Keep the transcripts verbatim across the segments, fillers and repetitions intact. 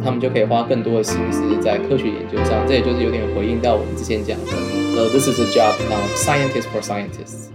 他们就可以花更多的心思在科学研究上。这也就是有点回应到我们之前讲的 So this is a job of scientist for scientists。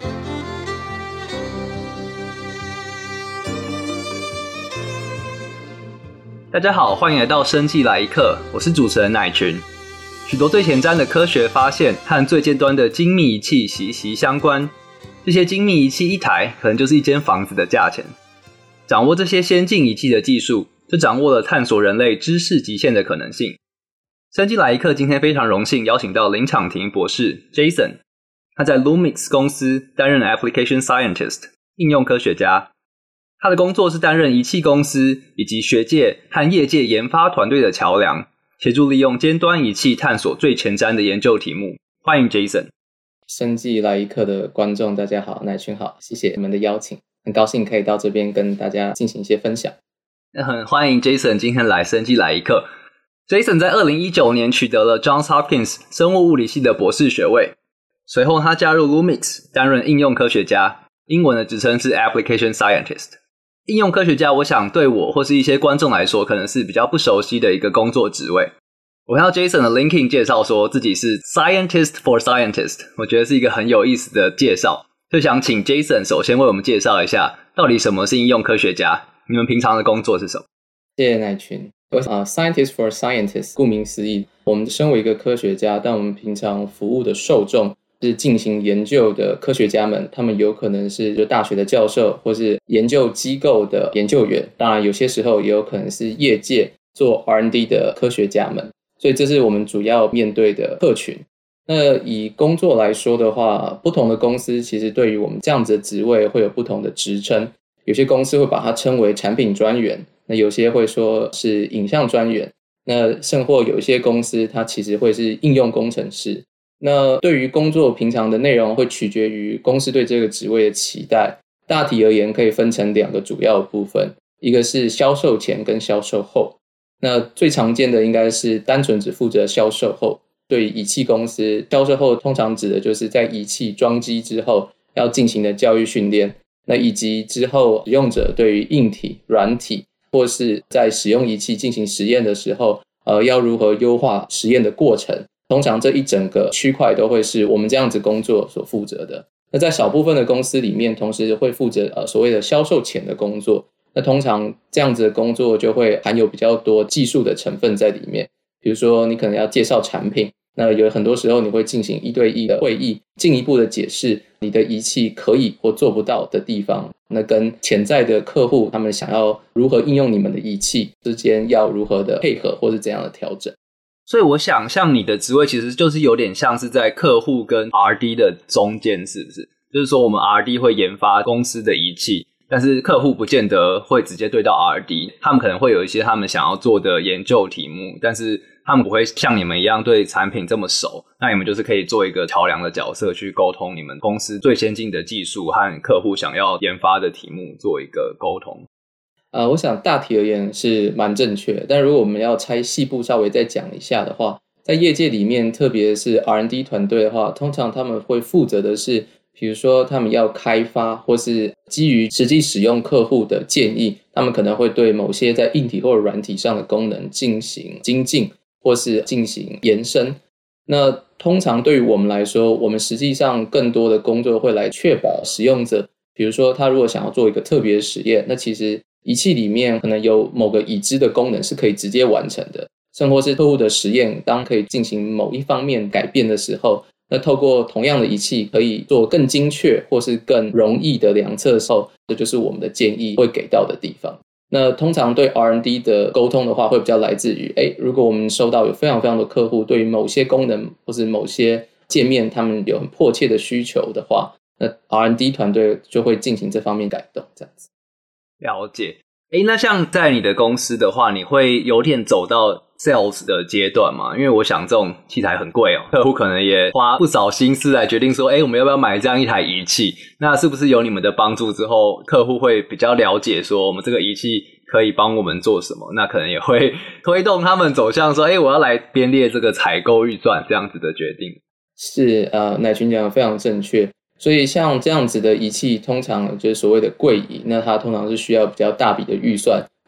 大家好，欢迎来到生技来一课，我是主持人乃群。许多最前瞻的科学发现和最尖端的精密仪器息息相关，这些精密仪器一台可能就是一间房子的价钱。掌握这些先进仪器的技术，就掌握了探索人类知识极限的可能性。生技来一课今天非常荣幸邀请到林昶庭博士 Jason， 他在 Lumix 公司担任 Application Scientist 应用科学家。他的工作是担任仪器公司以及学界和业界研发团队的桥梁，协助利用尖端仪器探索最前瞻的研究题目。欢迎 Jason。 生技来一课的观众大家好，乃群好，谢谢你们的邀请，很高兴可以到这边跟大家进行一些分享。 很欢迎 Jason 今天来生技来一课。 Jason 在二零一九年取得了 Johns Hopkins 生物物理系的博士学位，随后他加入 Lumix 担任应用科学家，英文的职称是 Application Scientist。应用科学家我想对我或是一些观众来说可能是比较不熟悉的一个工作职位。我看到 Jason 的 LinkedIn 介绍说自己是 Scientist for Scientist， 我觉得是一个很有意思的介绍，就想请 Jason 首先为我们介绍一下到底什么是应用科学家，你们平常的工作是什么？ 谢谢乃群。uh, Scientist for Scientists 顾名思义，我们身为一个科学家，但我们平常服务的受众是进行研究的科学家们，他们有可能是就大学的教授或是研究机构的研究员，当然有些时候也有可能是业界做 R and D 的科学家们，所以这是我们主要面对的客群。那以工作来说的话，不同的公司其实对于我们这样子的职位会有不同的职称，有些公司会把它称为产品专员，那有些会说是影像专员，那甚或有一些公司它其实会是应用工程师。那对于工作平常的内容会取决于公司对这个职位的期待，大体而言可以分成两个主要的部分，一个是销售前跟销售后。那最常见的应该是单纯只负责销售后，对于仪器公司，销售后通常指的就是在仪器装机之后要进行的教育训练，那以及之后使用者对于硬体、软体或是在使用仪器进行实验的时候，呃，要如何优化实验的过程，通常这一整个区块都会是我们这样子工作所负责的。那在少部分的公司里面，同时会负责呃所谓的销售前的工作，那通常这样子的工作就会含有比较多技术的成分在里面，比如说你可能要介绍产品，那有很多时候你会进行一对一的会议，进一步的解释你的仪器可以或做不到的地方，那跟潜在的客户他们想要如何应用你们的仪器之间要如何的配合或是怎样的调整。 所以我想像你的职位其实就是有点像是在客户跟 R D 的中间，是不是？就是说我们 R D 会研发公司的仪器，但是客户不见得会直接对到 R D， 他们可能会有一些他们想要做的研究题目，但是他们不会像你们一样对产品这么熟，那你们就是可以做一个桥梁的角色去沟通你们公司最先进的技术和客户想要研发的题目做一个沟通。 呃，我想大体而言是蛮正确的，但如果我们要拆细部稍微再讲一下的话，在业界里面特别是 R and D 团队的话，通常他们会负责的是比如说他们要开发或是基于实际使用客户的建议，他们可能会对某些在硬体或者软体上的功能进行精进或是进行延伸。那通常对于我们来说，我们实际上更多的工作会来确保使用者，比如说他如果想要做一个特别的实验，那其实仪器里面可能有某个已知的功能是可以直接完成的，甚或是客户的实验当可以进行某一方面改变的时候，那透过同样的仪器可以做更精确或是更容易的量测的时候，这就是我们的建议会给到的地方。那通常对 R and D 的沟通的话会比较来自于诶如果我们收到有非常非常多客户对于某些功能或是某些界面他们有很迫切的需求的话，那 R and D 团队就会进行这方面改动这样子。 了解。诶，那像在你的公司的话，你会有点走到 sales 的阶段吗？因为我想这种器材很贵哦，客户可能也花不少心思来决定说，诶，我们要不要买这样一台仪器？那是不是有你们的帮助之后，客户会比较了解说我们这个仪器可以帮我们做什么？那可能也会推动他们走向说，诶，我要来编列这个采购预算这样子的决定。 是，呃，乃群讲的非常正确。所以像这样子的仪器通常就是所谓的贵仪，那它通常是需要比较大笔的预算，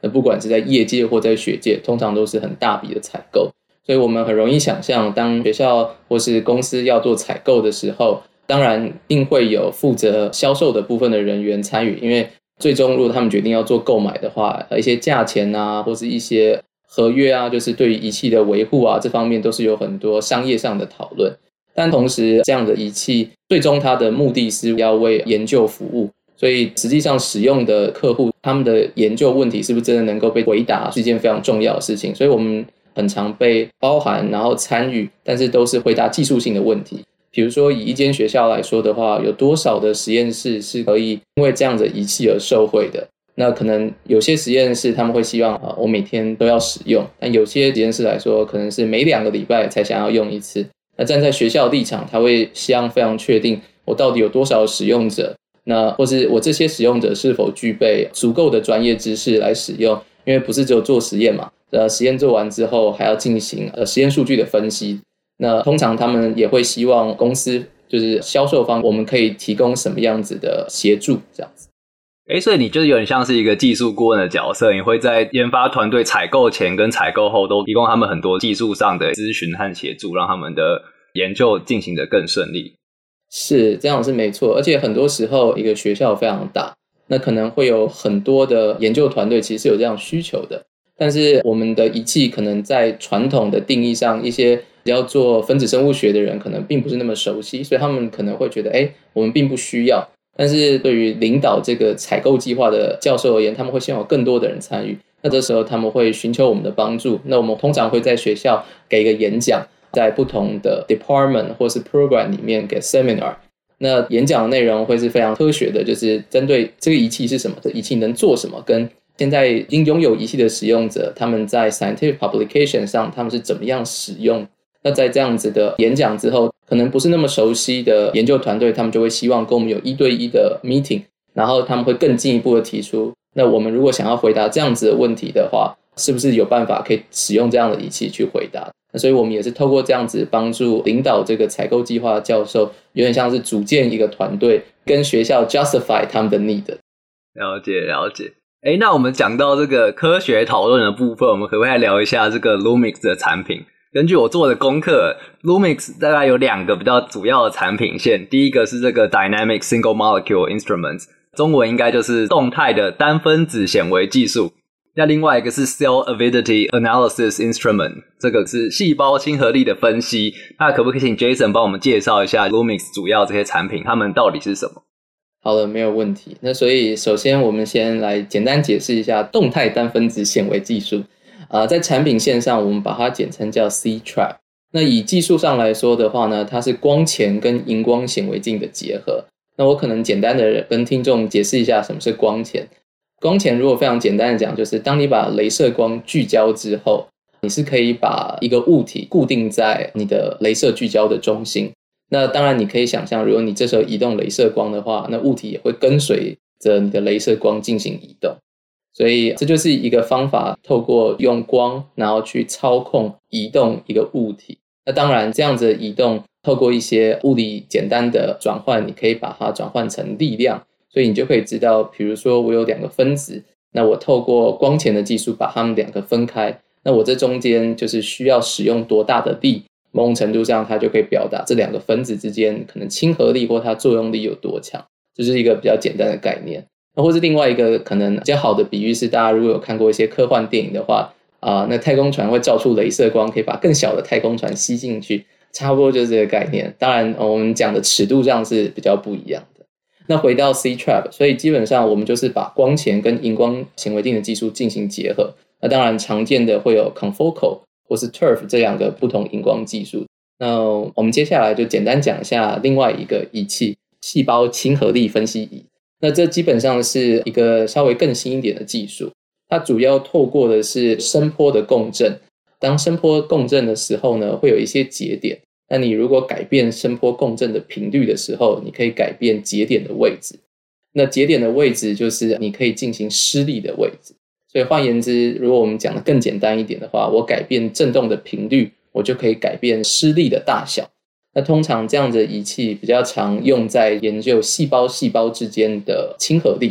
那不管是在业界或在学界，通常都是很大笔的采购。所以我们很容易想象，当学校或是公司要做采购的时候，当然定会有负责销售的部分的人员参与，因为最终如果他们决定要做购买的话，一些价钱啊，或是一些合约啊，就是对于仪器的维护啊，这方面都是有很多商业上的讨论。但同时这样的仪器最终它的目的是要为研究服务，所以实际上使用的客户他们的研究问题是不是真的能够被回答，是一件非常重要的事情。所以我们很常被包含然后参与，但是都是回答技术性的问题。比如说以一间学校来说的话，有多少的实验室是可以因为这样的仪器而受惠的，那可能有些实验室他们会希望、啊、我每天都要使用，但有些实验室来说可能是每两个礼拜才想要用一次。那站在学校立场，他会希望非常确定我到底有多少使用者，那或是我这些使用者是否具备足够的专业知识来使用，因为不是只有做实验嘛，呃，实验做完之后还要进行呃实验数据的分析。那通常他们也会希望公司就是销售方我们可以提供什么样子的协助这样子。 诶，所以你就是有点像是一个技术顾问的角色，你会在研发团队采购前跟采购后都提供他们很多技术上的咨询和协助，让他们的研究进行得更顺利。 是，这样是没错，而且很多时候一个学校非常大，那可能会有很多的研究团队其实是有这样需求的，但是我们的仪器可能在传统的定义上，一些比较做分子生物学的人可能并不是那么熟悉，所以他们可能会觉得诶我们并不需要。但是对于领导这个采购计划的教授而言，他们会希望有更多的人参与，那这时候他们会寻求我们的帮助。那我们通常会在学校给一个演讲，在不同的 department 或是 program 里面给 seminar， 那演讲的内容会是非常科学的，就是针对这个仪器是什么，这仪器能做什么，跟现在已经拥有仪器的使用者他们在 scientific publication 上他们是怎么样使用。那在这样子的演讲之后，可能不是那么熟悉的研究团队他们就会希望跟我们有一对一的 meeting， 然后他们会更进一步的提出，那我们如果想要回答这样子的问题的话，是不是有办法可以使用这样的仪器去回答。那所以我们也是透过这样子帮助领导这个采购计划的教授，有点像是组建一个团队跟学校 justify 他们的 need。 了解了解。诶，那我们讲到这个科学讨论的部分，我们可不可以来聊一下这个 Lumix 的产品？根据我做的功课， Lumix 大概有两个比较主要的产品线，第一个是这个 Dynamic Single Molecule Instruments， 中文应该就是动态的单分子显微技术。那另外一个是 Cell Avidity Analysis Instrument， 这个是细胞亲和力的分析。那可不可以请 Jason 帮我们介绍一下 Lumix 主要这些产品，它们到底是什么？ 好了，没有问题。那所以首先我们先来简单解释一下动态单分子显微技术。呃，在产品线上我们把它简称叫 C-Trap。 那以技术上来说的话呢，它是光钳跟荧光显微镜的结合。那我可能简单的跟听众解释一下什么是光钳。光钳如果非常简单的讲，就是当你把雷射光聚焦之后，你是可以把一个物体固定在你的雷射聚焦的中心。那当然你可以想象，如果你这时候移动雷射光的话，那物体也会跟随着你的雷射光进行移动。所以这就是一个方法，透过用光然后去操控移动一个物体。那当然这样子的移动透过一些物理简单的转换，你可以把它转换成力量。所以你就可以知道，比如说我有两个分子，那我透过光钳的技术把它们两个分开，那我这中间就是需要使用多大的力，某种程度上它就可以表达这两个分子之间可能亲和力或它作用力有多强。这是一个比较简单的概念。那或是另外一个可能比较好的比喻是，大家如果有看过一些科幻电影的话，呃、那太空船会照出雷射光，可以把更小的太空船吸进去，差不多就是这个概念。当然、呃、我们讲的尺度上是比较不一样的。那回到 C-Trap， 所以基本上我们就是把光钳跟荧光显微镜的技术进行结合。那当然常见的会有 Confocal 或是 T U R F 这两个不同荧光技术。那我们接下来就简单讲一下另外一个仪器，细胞亲和力分析仪。那这基本上是一个稍微更新一点的技术，它主要透过的是声波的共振。当声波共振的时候呢，会有一些节点，那你如果改变声波共振的频率的时候，你可以改变节点的位置。那节点的位置就是你可以进行施力的位置。所以换言之，如果我们讲的更简单一点的话，我改变振动的频率，我就可以改变施力的大小。那通常这样的仪器比较常用在研究细胞细胞之间的亲和力。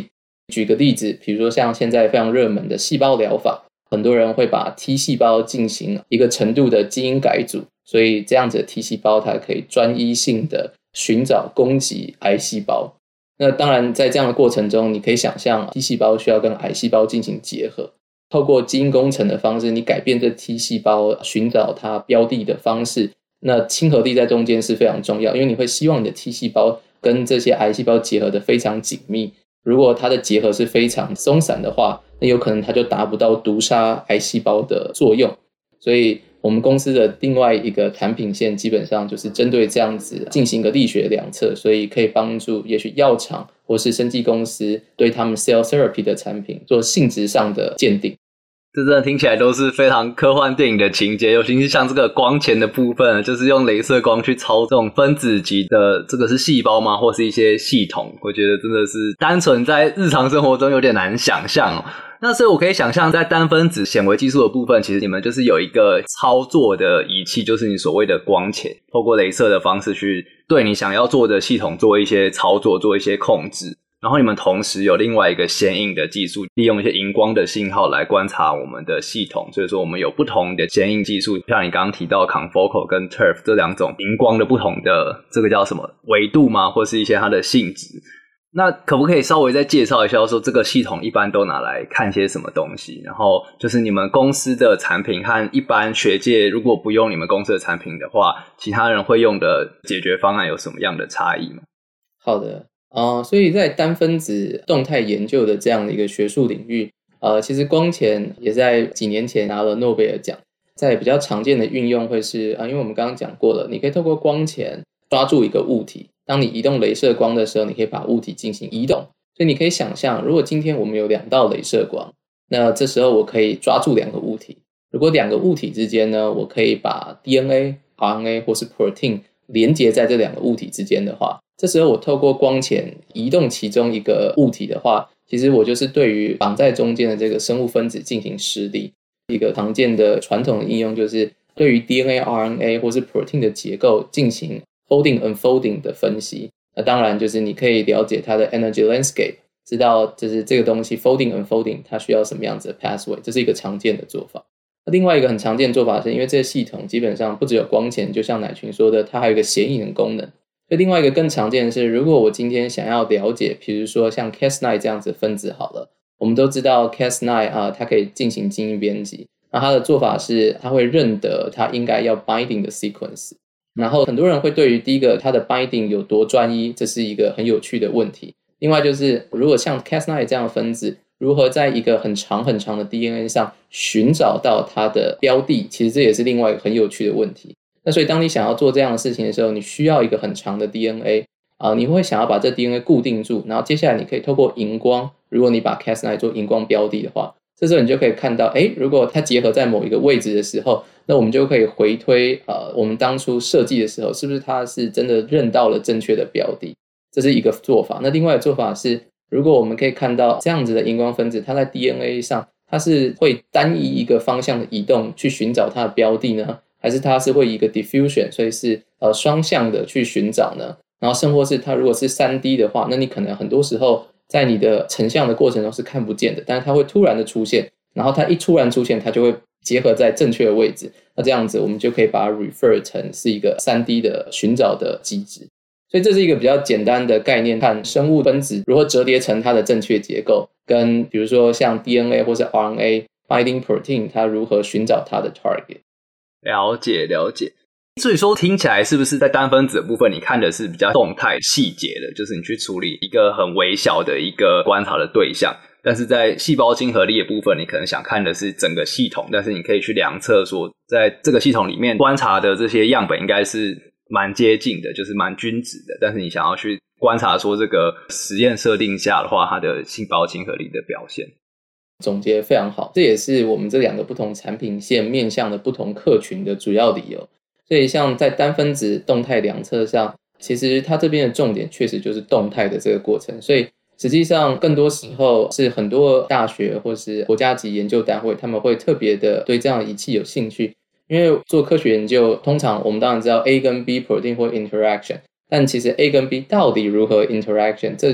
举个例子，比如说像现在非常热门的细胞疗法，很多人会把 T 细胞进行一个程度的基因改组，所以这样子的 T 细胞它可以专一性的寻找攻击癌细胞。那当然在这样的过程中，你可以想象 T 细胞需要跟癌细胞进行结合，透过基因工程的方式，你改变这 T 细胞寻找它标的的方式，那亲和力在中间是非常重要，因为你会希望你的 T 细胞跟这些癌细胞结合的非常紧密，如果它的结合是非常松散的话，那有可能它就达不到毒杀癌细胞的作用。所以我们公司的另外一个产品线基本上就是针对这样子进行一个力学量测，所以可以帮助也许药厂或是生技公司对他们 cell therapy 的产品做性质上的鉴定。 这真的听起来都是非常科幻电影的情节，尤其是像这个光纤的部分，就是用雷射光去操纵分子级的，这个是细胞吗？或是一些系统，我觉得真的是单纯在日常生活中有点难想象哦。那所以我可以想象在单分子显微技术的部分，其实你们就是有一个操作的仪器，就是你所谓的光纤，透过雷射的方式去对你想要做的系统做一些操作，做一些控制。然后你们同时有另外一个显影的技术，利用一些荧光的信号来观察我们的系统，所以说我们有不同的显影技术，像你刚刚提到 confocal 跟 T E R F 这两种荧光的不同的这个叫什么维度吗？或是一些它的性质。那可不可以稍微再介绍一下说这个系统一般都拿来看些什么东西，然后就是你们公司的产品和一般学界如果不用你们公司的产品的话，其他人会用的解决方案有什么样的差异吗？ 好的呃，所以在单分子动态研究的这样的一个学术领域，呃，其实光纤也在几年前拿了诺贝尔奖。在比较常见的运用会是啊、呃，因为我们刚刚讲过了，你可以透过光纤抓住一个物体，当你移动雷射光的时候，你可以把物体进行移动。所以你可以想象，如果今天我们有两道雷射光，那这时候我可以抓住两个物体。如果两个物体之间呢，我可以把 D N A、R N A 或是 protein 连接在这两个物体之间的话，这时候我透过光纤移动其中一个物体的话，其实我就是对于绑在中间的这个生物分子进行施力。一个常见的传统的应用就是对于 D N A、R N A 或是 protein 的结构进行 folding unfolding 的分析。那当然就是你可以了解它的 energy landscape， 知道就是这个东西 folding unfolding 它需要什么样子的 pathway， 这是一个常见的做法。另外一个很常见的做法是因为这个系统基本上不只有光纤，就像乃群说的，它还有一个显影的功能。所以另外一个更常见的是，如果我今天想要了解比如说像 C A S 九 这样子的分子好了，我们都知道 C A S 九 啊，它可以进行基因编辑，那它的做法是它会认得它应该要 binding 的 sequence， 然后很多人会对于第一个它的 binding 有多专一，这是一个很有趣的问题。另外就是如果像 C A S 九 这样的分子如何在一个很长很长的 D N A 上寻找到它的标的，其实这也是另外一个很有趣的问题。那所以当你想要做这样的事情的时候，你需要一个很长的 D N A、呃、你会想要把这 D N A 固定住，然后接下来你可以透过荧光，如果你把 C A S 九 做荧光标的的话，这时候你就可以看到诶如果它结合在某一个位置的时候，那我们就可以回推呃，我们当初设计的时候是不是它是真的认到了正确的标的，这是一个做法。那另外的做法是，如果我们可以看到这样子的荧光分子它在 D N A 上它是会单一一个方向的移动去寻找它的标的呢，还是它是会以一个 diffusion 所以是呃双向的去寻找呢？然后甚或是它如果是 三 D 的话，那你可能很多时候在你的成像的过程中是看不见的，但是它会突然的出现，然后它一突然出现它就会结合在正确的位置，那这样子我们就可以把它 refer 成是一个 三 D 的寻找的机制。所以这是一个比较简单的概念，看生物分子如何折叠成它的正确结构，跟比如说像 D N A 或是 R N A binding protein 它如何寻找它的 target。 了解了解。所以说听起来是不是在单分子的部分你看的是比较动态细节的，就是你去处理一个很微小的一个观察的对象，但是在细胞亲和力的部分你可能想看的是整个系统，但是你可以去量测说在这个系统里面观察的这些样本应该是蛮接近的，就是蛮均质的，但是你想要去观察说这个实验设定下的话它的细胞亲和力的表现。 总结非常好，这也是我们这两个不同产品线面向的不同客群的主要理由。所以像在单分子动态量测上，其实它这边的重点确实就是动态的这个过程，所以实际上更多时候是很多大学或是国家级研究单位他们会特别的对这样的仪器有兴趣，因为做科学研究通常我们当然知道 A 跟 B protein 或 interaction， 但其实 A 跟 B 到底如何 interaction， 这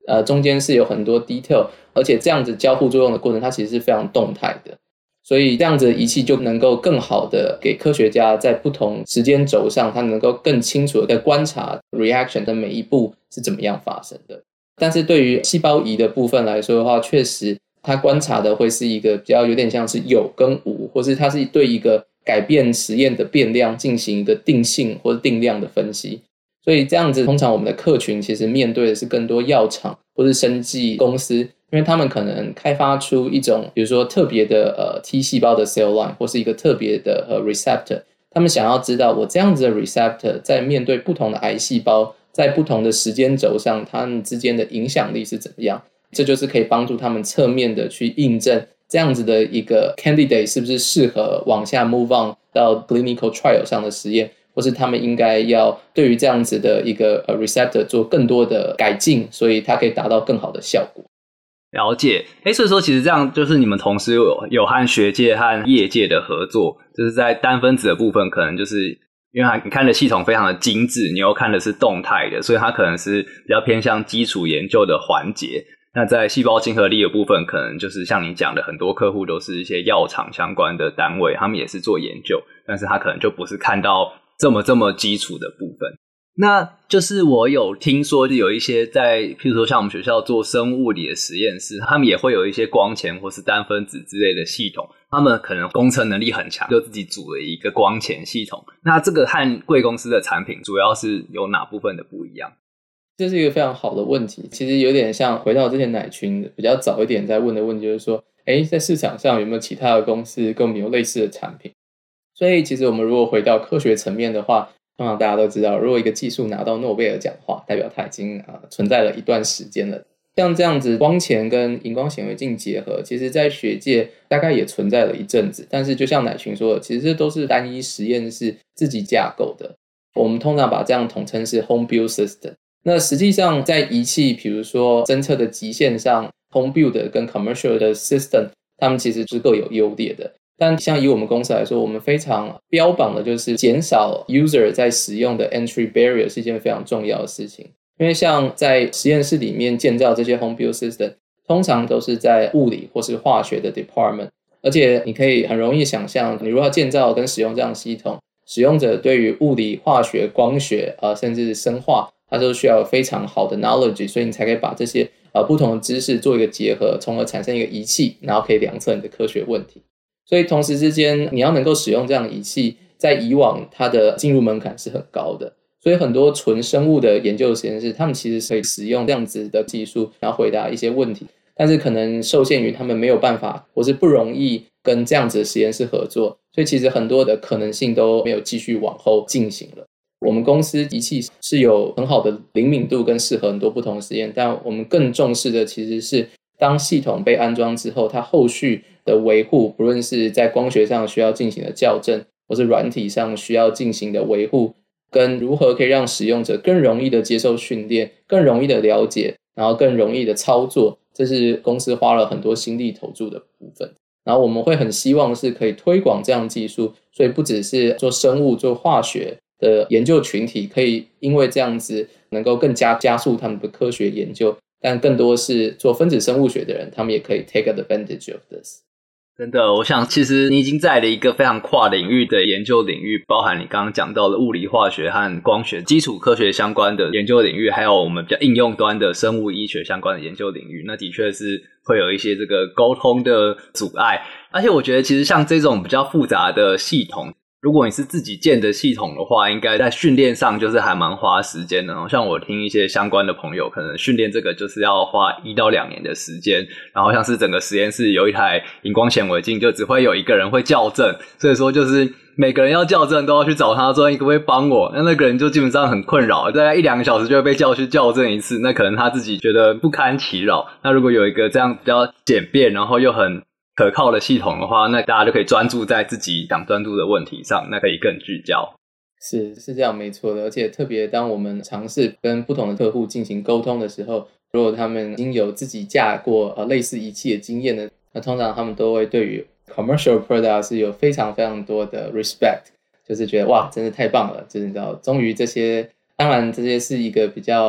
呃，中间是有很多 detail， 而且这样子交互作用的过程它其实是非常动态的，所以这样子的仪器就能够更好的给科学家在不同时间轴上，他能够更清楚的观察 reaction 的每一步是怎么样发生的。但是对于细胞仪的部分来说的话，确实它观察的会是一个比较有点像是有跟无，或是它是对一个改变实验的变量进行一个定性或者定量的分析。所以这样子通常我们的客群其实面对的是更多药厂或是生技公司，因为他们可能开发出一种比如说特别的呃 T 细胞的 cell line 或是一个特别的呃 receptor， 他们想要知道我这样子的 receptor 在面对不同的癌细胞在不同的时间轴上它们之间的影响力是怎么样，这就是可以帮助他们侧面的去印证这样子的一个 candidate 是不是适合往下 move on 到 clinical trial 上的实验，或是他们应该要对于这样子的一个 receptor 做更多的改进，所以它可以达到更好的效果。 了解。诶，所以说其实这样就是你们同时有有和学界和业界的合作，就是在单分子的部分可能就是因为你看的系统非常的精致，你又看的是动态的，所以它可能是比较偏向基础研究的环节。那在细胞亲和力的部分，可能就是像你讲的，很多客户都是一些药厂相关的单位，他们也是做研究，但是他可能就不是看到这么这么基础的部分。那就是我有听说有一些在譬如说像我们学校做生物理的实验室，他们也会有一些光纤或是单分子之类的系统，他们可能工程能力很强，就自己组了一个光纤系统。那这个和贵公司的产品主要是有哪部分的不一样？ 这是一个非常好的问题，其实有点像回到之前乃群比较早一点在问的问题，就是说诶，在市场上有没有其他的公司跟我们有类似的产品。所以其实我们如果回到科学层面的话，通常大家都知道，如果一个技术拿到诺贝尔奖的话，代表它已经、呃、存在了一段时间了。像这样子光纤跟荧光显微镜结合，其实在学界大概也存在了一阵子，但是就像乃群说的，其实这都是单一实验室自己架构的，我们通常把这样统称是 home build system。那实际上在仪器比如说侦测的极限上， home build 跟 commercial 的 system 它们其实是各有优劣的。但像以我们公司来说，我们非常标榜的就是减少 user 在使用的 entry barrier 是一件非常重要的事情。因为像在实验室里面建造这些 home build system 通常都是在物理或是化学的 department， 而且你可以很容易想象，你如果要建造跟使用这样的系统，使用者对于物理、化学、光学、呃、甚至生化它都需要有非常好的 knowledge， 所以你才可以把这些、呃、不同的知识做一个结合，从而产生一个仪器，然后可以量测你的科学问题。所以同时之间你要能够使用这样的仪器，在以往它的进入门槛是很高的，所以很多纯生物的研究实验室他们其实可以使用这样子的技术然后回答一些问题，但是可能受限于他们没有办法或是不容易跟这样子的实验室合作，所以其实很多的可能性都没有继续往后进行了。我们公司仪器是有很好的灵敏度跟适合很多不同的实验，但我们更重视的其实是当系统被安装之后，它后续的维护，不论是在光学上需要进行的校正，或是软体上需要进行的维护，跟如何可以让使用者更容易的接受训练，更容易的了解，然后更容易的操作，这是公司花了很多心力投注的部分。然后我们会很希望是可以推广这样技术，所以不只是做生物做化学的研究群体可以因为这样子能够更加加速他们的科学研究，但更多是做分子生物学的人，他们也可以 take advantage of this。 真的，我想其实你已经在了一个非常跨领域的研究领域，包含你刚刚讲到的物理化学和光学基础科学相关的研究领域，还有我们比较应用端的生物医学相关的研究领域，那的确是会有一些这个沟通的阻碍。而且我觉得其实像这种比较复杂的系统，如果你是自己建的系统的话，应该在训练上就是还蛮花时间的。像我听一些相关的朋友，可能训练这个就是要花一到两年的时间，然后像是整个实验室有一台荧光显微镜，就只会有一个人会校正，所以说就是每个人要校正都要去找他说你可不可以帮我，那那个人就基本上很困扰，大概一两个小时就会被叫去校正一次，那可能他自己觉得不堪其扰。那如果有一个这样比较简便然后又很可靠的系统的话，那大家就可以专注在自己想专注的问题上，那可以更聚焦。 是是这样没错的，而且特别当我们尝试跟不同的客户进行沟通的时候，如果他们已经有自己架过、呃、类似仪器的经验的，那通常他们都会对于 commercial product 是有非常非常多的 respect， 就是觉得哇真的太棒了，就是你知道终于这些，当然这些是一个比较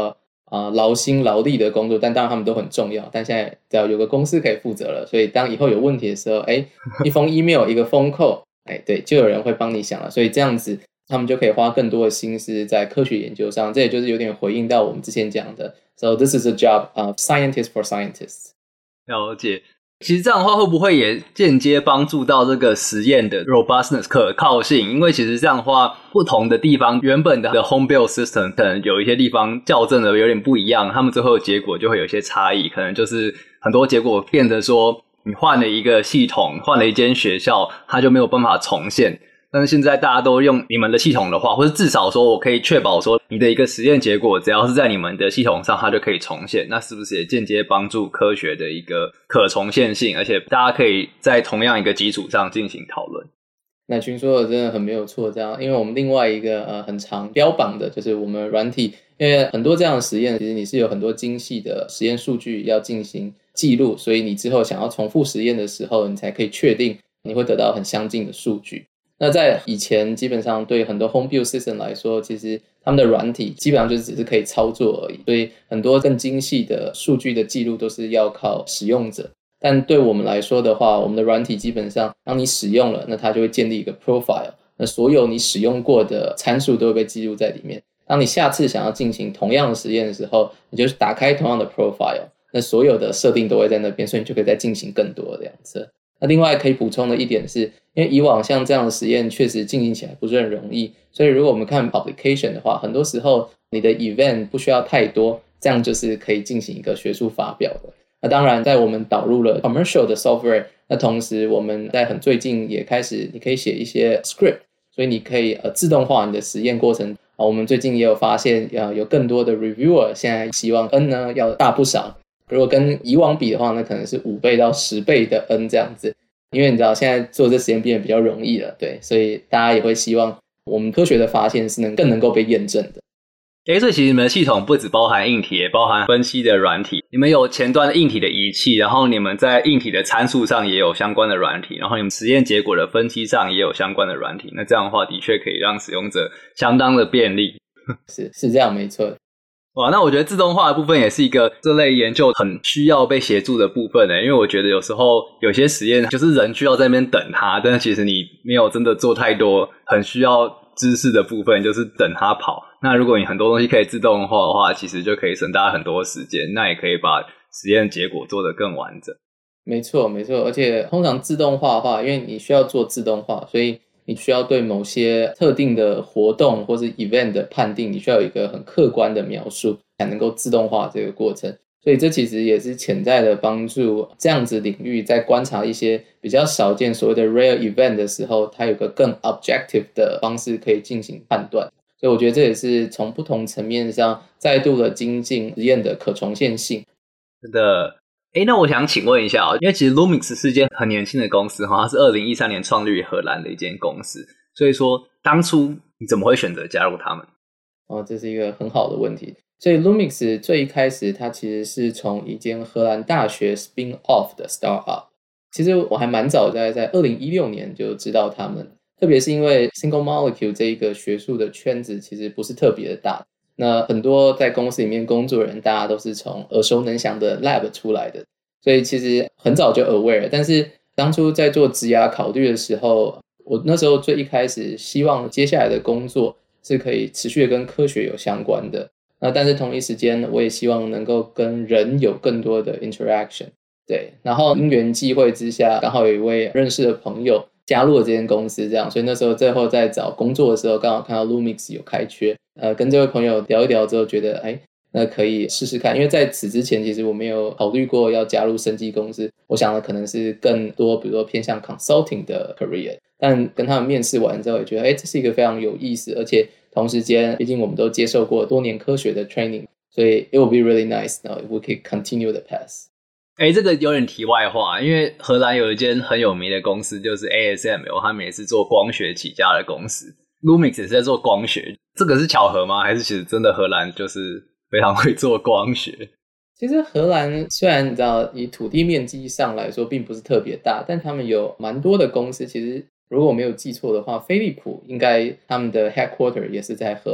啊、呃、劳心劳力的工作，但当然他们都很重要。但现在只要有个公司可以负责了，所以当以后有问题的时候，哎，一封 email 一个phone call，哎，对，就有人会帮你想了。所以这样子他们就可以花更多的心思在科学研究上。这也就是有点回应到我们之前讲的 ，So this is a job of scientist for scientists。 了解。其实这样的话会不会也间接帮助到这个实验的 robustness 可靠性？因为其实这样的话，不同的地方原本的 home build system 可能有一些地方校正的有点不一样，他们最后的结果就会有一些差异，可能就是很多结果变得说你换了一个系统，换了一间学校，它就没有办法重现。但是现在大家都用你们的系统的话，或者至少说我可以确保说你的一个实验结果只要是在你们的系统上它就可以重现，那是不是也间接帮助科学的一个可重现性，而且大家可以在同样一个基础上进行讨论。 乃群说的真的很没有错，这样，因为我们另外一个呃很常标榜的就是我们软体，因为很多这样的实验其实你是有很多精细的实验数据要进行记录，所以你之后想要重复实验的时候，你才可以确定你会得到很相近的数据。那在以前基本上对很多 home build system 来说，其实他们的软体基本上就只是可以操作而已，所以很多更精细的数据的记录都是要靠使用者。但对我们来说的话，我们的软体基本上当你使用了，那它就会建立一个 profile， 那所有你使用过的参数都会被记录在里面。当你下次想要进行同样的实验的时候，你就打开同样的 profile， 那所有的设定都会在那边，所以你就可以再进行更多的样子。那另外可以补充的一点是，因为以往像这样的实验确实进行起来不是很容易，所以如果我们看 publication 的话，很多时候你的 event 不需要太多，这样就是可以进行一个学术发表的。那当然在我们导入了 commercial 的 software， 那同时我们在很最近也开始你可以写一些 script， 所以你可以呃自动化你的实验过程。啊，我们最近也有发现呃有更多的 reviewer 现在希望 N 呢要大不少，如果跟以往比的话，那可能是五倍到十倍的 N 这样子，因为你知道现在做这实验变得比较容易了，对，所以大家也会希望我们科学的发现是能更能够被验证的。 诶，所以其实你们的系统不只包含硬体，也包含分析的软体。你们有前端的硬体的仪器，然后你们在硬体的参数上也有相关的软体，然后你们实验结果的分析上也有相关的软体。那这样的话，的确可以让使用者相当的便利。 是是这样，没错。 哇，那我觉得自动化的部分也是一个这类研究很需要被协助的部分耶，因为我觉得有时候有些实验就是人需要在那边等它，但是其实你没有真的做太多很需要知识的部分，就是等它跑。那如果你很多东西可以自动化的话，其实就可以省大家很多时间，那也可以把实验结果做得更完整。 没错没错，而且通常自动化的话，因为你需要做自动化，所以你需要对某些特定的活动或是 event 的判定，你需要有一个很客观的描述才能够自动化这个过程。所以这其实也是潜在的帮助这样子领域在观察一些比较少见所谓的 rare event 的时候，它有个更 objective 的方式可以进行判断。所以我觉得这也是从不同层面上再度的精进实验的可重现性。 是的。诶，那我想请问一下，因为其实 Lumix 是一间很年轻的公司，它是二零一三年创立于荷兰的一间公司，所以说当初你怎么会选择加入他们？ 哦，这是一个很好的问题。所以 Lumix 最一开始它其实是从一间荷兰大学 spin off 的 startup。其实我还蛮早在在二零一六年就知道他们，特别是因为 single molecule 这一个学术的圈子其实不是特别的大，那很多在公司里面工作的人大家都是从耳熟能详的 lab 出来的，所以其实很早就 aware。 但是当初在做职涯考虑的时候，我那时候最一开始希望接下来的工作是可以持续的跟科学有相关的，那但是同一时间我也希望能够跟人有更多的 interaction。 对，然后因缘际会之下刚好有一位认识的朋友加入了这间公司，这样，所以那时候最后在找工作的时候刚好看到 Lumix 有开缺，呃，跟这位朋友聊一聊之后觉得哎，那可以试试看。因为在此之前其实我没有考虑过要加入生技公司，我想的可能是更多比如说偏向 consulting 的 career， 但跟他们面试完之后也觉得哎，这是一个非常有意思，而且同时间毕竟我们都接受过多年科学的 training， 所以 it will be really nice now if we could continue the path。 诶，这个有点题外话，因为荷兰有一间很有名的公司就是 A S M L， 他们也是做光学起家的公司， Lumix 也是在做光学，这个是巧合吗？还是其实真的荷兰就是非常会做光学？ 其实荷兰虽然你知道以土地面积上来说并不是特别大，但他们有蛮多的公司，其实如果我没有记错的话，飞利浦应该他们的 headquarter 也是在荷兰，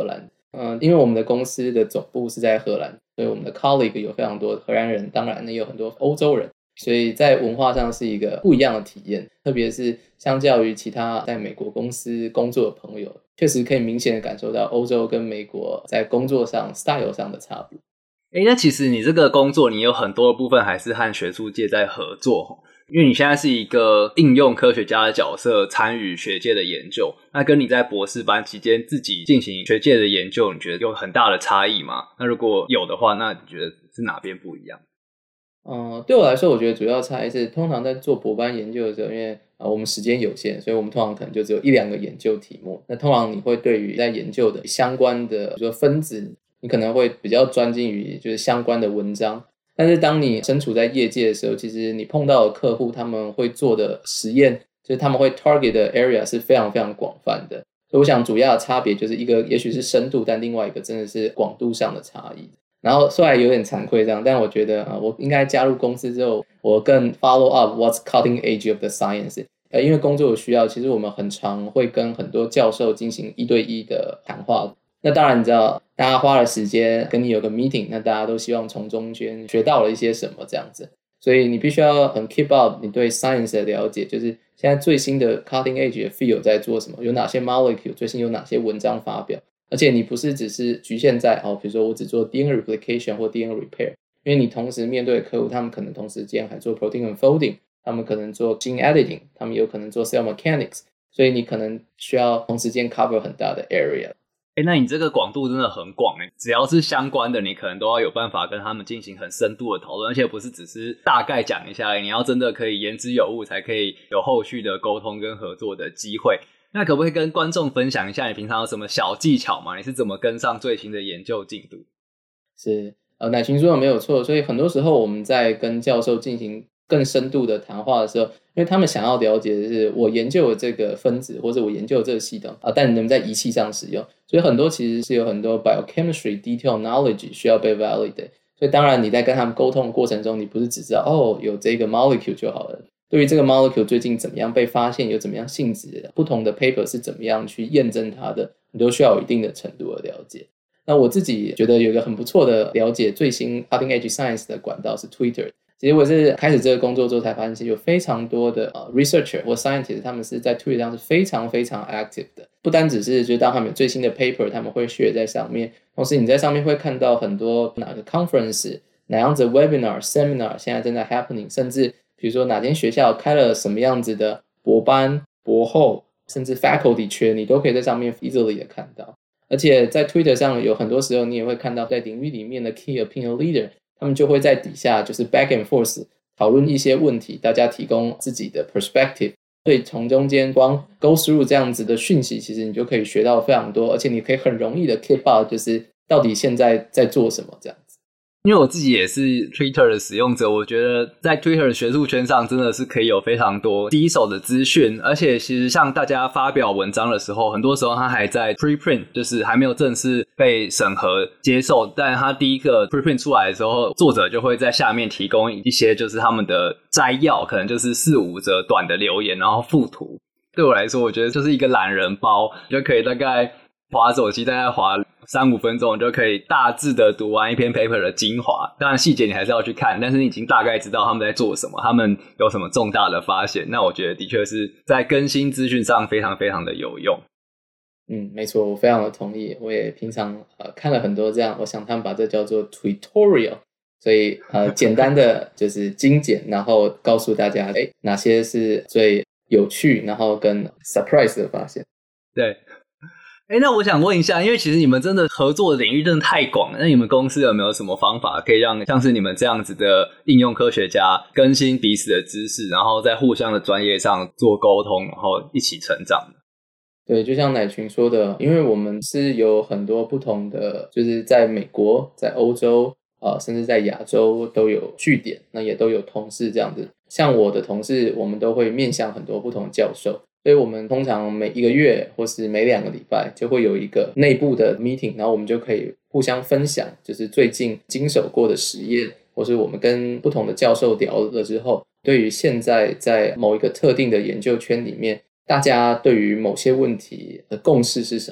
嗯、呃，因为我们的公司的总部是在荷兰，所以我们的 colleague 有非常多荷兰人，当然呢也有很多欧洲人，所以在文化上是一个不一样的体验，特别是相较于其他在美国公司工作的朋友，确实可以明显的感受到欧洲跟美国在工作上 style 上的差别。 诶，那其实你这个工作你有很多的部分还是和学术界在合作，因为你现在是一个应用科学家的角色，参与学界的研究，那跟你在博士班期间自己进行学界的研究，你觉得有很大的差异吗？那如果有的话，那你觉得是哪边不一样？ 嗯，对我来说，我觉得主要差异是，通常在做博班研究的时候，因为呃我们时间有限，所以我们通常可能就只有一两个研究题目。那通常你会对于在研究的相关的，比如说分子，你可能会比较专精于就是相关的文章。但是当你身处在业界的时候，其实你碰到的客户他们会做的实验，就是他们会 target 的 area 是非常非常广泛的。所以我想主要的差别就是一个也许是深度，但另外一个真的是广度上的差异。然后虽然有点惭愧这样，但我觉得、呃、我应该加入公司之后，我更 follow up what's cutting edge of the science。呃，因为工作的需要，其实我们很常会跟很多教授进行一对一的谈话。那当然你知道，大家花了时间跟你有个 meeting， 那大家都希望从中间学到了一些什么这样子。所以你必须要很 keep up 你对 science 的了解，就是现在最新的 cutting edge 的 field 在做什么，有哪些 molecule， 最新有哪些文章发表。而且你不是只是局限在哦，比如说我只做 D N A replication 或 D N A repair， 因为你同时面对的客户，他们可能同时间还做 protein unfolding， 他们可能做 gene editing， 他们有可能做 cell mechanics， 所以你可能需要同时间 cover 很大的 area。 诶，那你这个广度真的很广诶，只要是相关的，你可能都要有办法跟他们进行很深度的讨论，而且不是只是大概讲一下，你要真的可以言之有物，才可以有后续的沟通跟合作的机会。那可不可以跟观众分享一下你平常有什么小技巧吗？你是怎么跟上最新的研究进度？ 是，呃，乃群说的没有错，所以很多时候我们在跟教授进行更深度的谈话的时候，因为他们想要了解的是我研究的这个分子或者我研究的这个系统啊，但能不能在仪器上使用，所以很多其实是有很多 biochemistry detail knowledge 需要被 validate。所以当然你在跟他们沟通的过程中，你不是只知道哦有这个 molecule 就好了，对于这个 molecule 最近怎么样被发现，有怎么样性质的，不同的 paper 是怎么样去验证它的，你都需要有一定的程度的了解。那我自己觉得有一个很不错的了解最新 cutting edge science 的管道是 Twitter。其实我是开始这个工作之后才发现，其实有非常多的、呃、researcher 或 scientist， 他们是在 Twitter 上是非常非常 active 的。不单只是就是当他们有最新的 paper， 他们会 share 在上面，同时你在上面会看到很多哪个 conference， 哪样子的 webinar seminar 现在正在 happening， 甚至比如说哪间学校开了什么样子的博班博后，甚至 faculty 缺，你都可以在上面 easily 的看到。而且在 Twitter 上有很多时候你也会看到在领域里面的 key opinion leader， 他们就会在底下就是 back and forth 讨论一些问题，大家提供自己的 perspective， 所以从中间光 go through 这样子的讯息，其实你就可以学到非常多，而且你可以很容易的 keep up 就是到底现在在做什么这样子。 因为我自己也是 Twitter 的使用者，我觉得在 Twitter 的学术圈上真的是可以有非常多第一手的资讯，而且其实像大家发表文章的时候，很多时候它还在 preprint， 就是还没有正式被审核接受，但它第一个 preprint 出来的时候，作者就会在下面提供一些就是他们的摘要，可能就是四五则短的留言，然后附图。对我来说，我觉得就是一个懒人包，就可以大概滑手机大概滑三五分钟，就可以大致的读完一篇 paper 的精华。当然细节你还是要去看，但是你已经大概知道他们在做什么，他们有什么重大的发现。那我觉得的确是在更新资讯上非常非常的有用。 嗯，没错，我非常的同意。我也平常呃看了很多这样，我想他们把这叫做 tutorial， 所以呃简单的就是精简，然后告诉大家诶哪些是最有趣，然后跟 surprise 的发现。 对。诶，那我想问一下，因为其实你们真的合作的领域真的太广了，那你们公司有没有什么方法可以让像是你们这样子的应用科学家更新彼此的知识，然后在互相的专业上做沟通，然后一起成长？ 对，就像乃群说的，因为我们是有很多不同的，就是在美国、在欧洲呃，甚至在亚洲都有据点，那也都有同事这样子。像我的同事，我们都会面向很多不同的教授，所以我们通常每一个月或是每两个礼拜就会有一个内部的 meeting， 然后我们就可以互相分享，就是最近经手过的实验，或是我们跟不同的教授聊了之后，对于现在在某一个特定的研究圈里面，大家对于某些问题的共识是什么，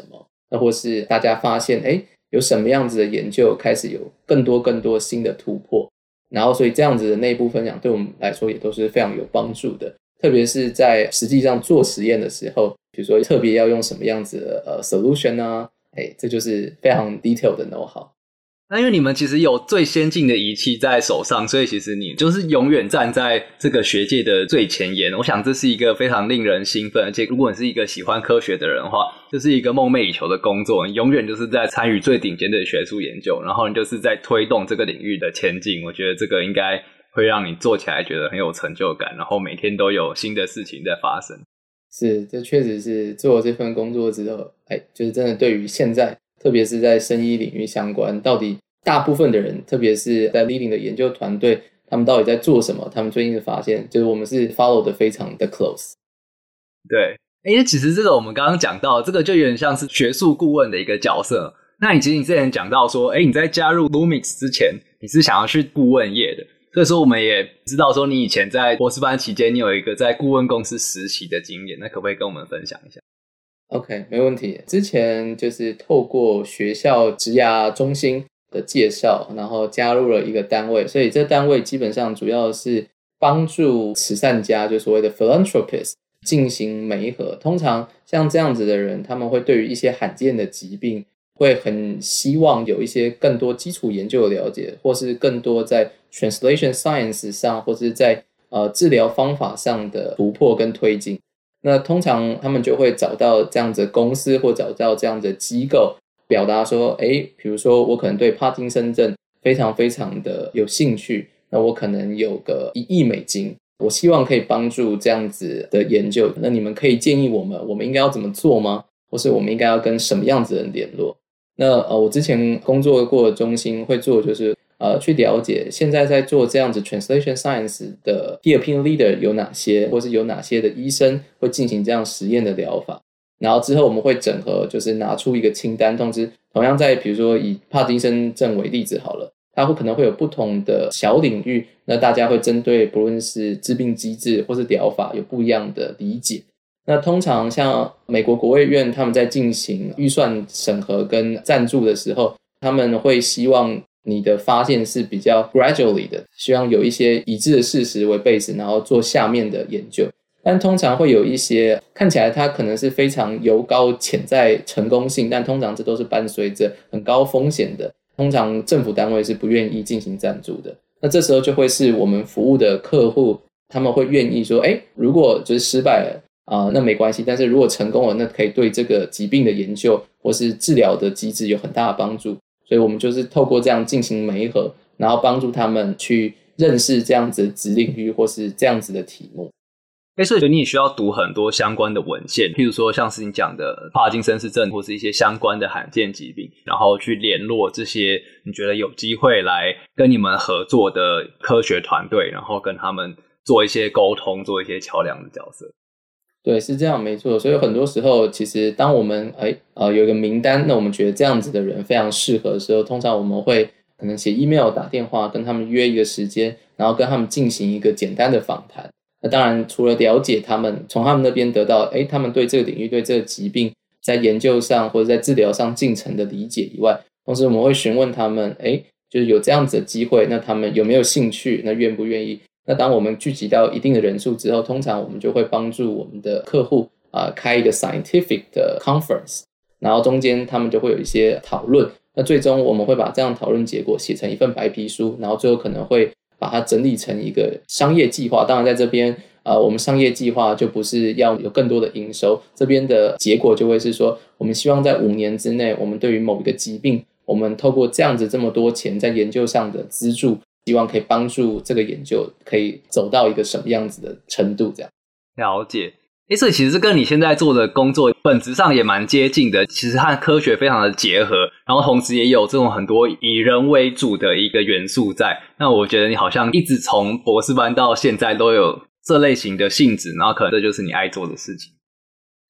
那或是大家发现诶有什么样子的研究开始有更多更多新的突破，然后所以这样子的内部分享对我们来说也都是非常有帮助的，特别是在实际上做实验的时候，比如说特别要用什么样子的呃 solution 啊，诶这就是非常 detail 的 know how。 那因为你们其实有最先进的仪器在手上，所以其实你就是永远站在这个学界的最前沿。我想这是一个非常令人兴奋，而且如果你是一个喜欢科学的人的话，这是一个梦寐以求的工作，你永远就是在参与最顶尖的学术研究，然后你就是在推动这个领域的前进。我觉得这个应该会让你做起来觉得很有成就感，然后每天都有新的事情在发生。 是，这确实是做了这份工作之后，哎，就是真的对于现在特别是在生医领域相关，到底大部分的人特别是在 leading 的研究团队他们到底在做什么，他们最近的发现就是我们是 follow 的非常的 close。 对，因为其实这个我们刚刚讲到，这个就有点像是学术顾问的一个角色。那你其实你之前讲到说，诶，你在加入 Lumix 之前你是想要去顾问业的，所以说我们也知道说你以前在博士班期间你有一个在顾问公司实习的经验，那可不可以跟我们分享一下？ OK， 没问题。之前就是透过学校职涯中心的介绍，然后加入了一个单位，所以这单位基本上主要是帮助慈善家，就所谓的 philanthropist 进行媒合。通常像这样子的人，他们会对于一些罕见的疾病会很希望有一些更多基础研究的了解，或是更多在 translation science 上，或是在呃治疗方法上的突破跟推进。那通常他们就会找到这样子的公司，或找到这样子的机构，表达说，诶，比如说我可能对帕金森症非常非常的有兴趣，那我可能有个一亿美金，我希望可以帮助这样子的研究，那你们可以建议我们我们应该要怎么做吗？或是我们应该要跟什么样子的人联络？那呃，我之前工作过的中心会做就是呃，去了解现在在做这样子 translation science 的 key opinion leader 有哪些，或是有哪些的医生会进行这样实验的疗法。然后之后我们会整合，就是拿出一个清单，通知同样在比如说以帕金森症为例子好了，它会可能会有不同的小领域，那大家会针对不论是致病机制或是疗法有不一样的理解。那通常像美国国卫院他们在进行预算审核跟赞助的时候，他们会希望你的发现是比较 gradually 的，希望有一些已知的事实为 base， 然后做下面的研究。但通常会有一些看起来它可能是非常由高潜在成功性，但通常这都是伴随着很高风险的，通常政府单位是不愿意进行赞助的。那这时候就会是我们服务的客户，他们会愿意说，诶，如果就是失败了啊、呃，那没关系，但是如果成功了，那可以对这个疾病的研究或是治疗的机制有很大的帮助。所以我们就是透过这样进行媒合，然后帮助他们去认识这样子的子领域或是这样子的题目。 欸，所以你也需要读很多相关的文献，譬如说像是你讲的帕金森氏症或是一些相关的罕见疾病，然后去联络这些你觉得有机会来跟你们合作的科学团队，然后跟他们做一些沟通，做一些桥梁的角色。 对，是这样，没错。所以很多时候其实当我们哎呃有一个名单，那我们觉得这样子的人非常适合的时候，通常我们会可能写 email 打电话跟他们约一个时间，然后跟他们进行一个简单的访谈。那当然除了了解他们，从他们那边得到诶他们对这个领域对这个疾病在研究上或者在治疗上进程的理解以外，同时我们会询问他们诶就是有这样子的机会，那他们有没有兴趣，那愿不愿意。那当我们聚集到一定的人数之后，通常我们就会帮助我们的客户、呃、开一个 scientific 的 conference， 然后中间他们就会有一些讨论，那最终我们会把这样的讨论结果写成一份白皮书，然后最后可能会把它整理成一个商业计划。当然在这边呃，我们商业计划就不是要有更多的营收，这边的结果就会是说我们希望在五年之内，我们对于某一个疾病，我们透过这样子这么多钱在研究上的资助，希望可以帮助这个研究可以走到一个什么样子的程度这样。 了解。诶，所以其实跟你现在做的工作本质上也蛮接近的，其实和科学非常的结合，然后同时也有这种很多以人为主的一个元素在。那我觉得你好像一直从博士班到现在都有这类型的性质，然后可能这就是你爱做的事情。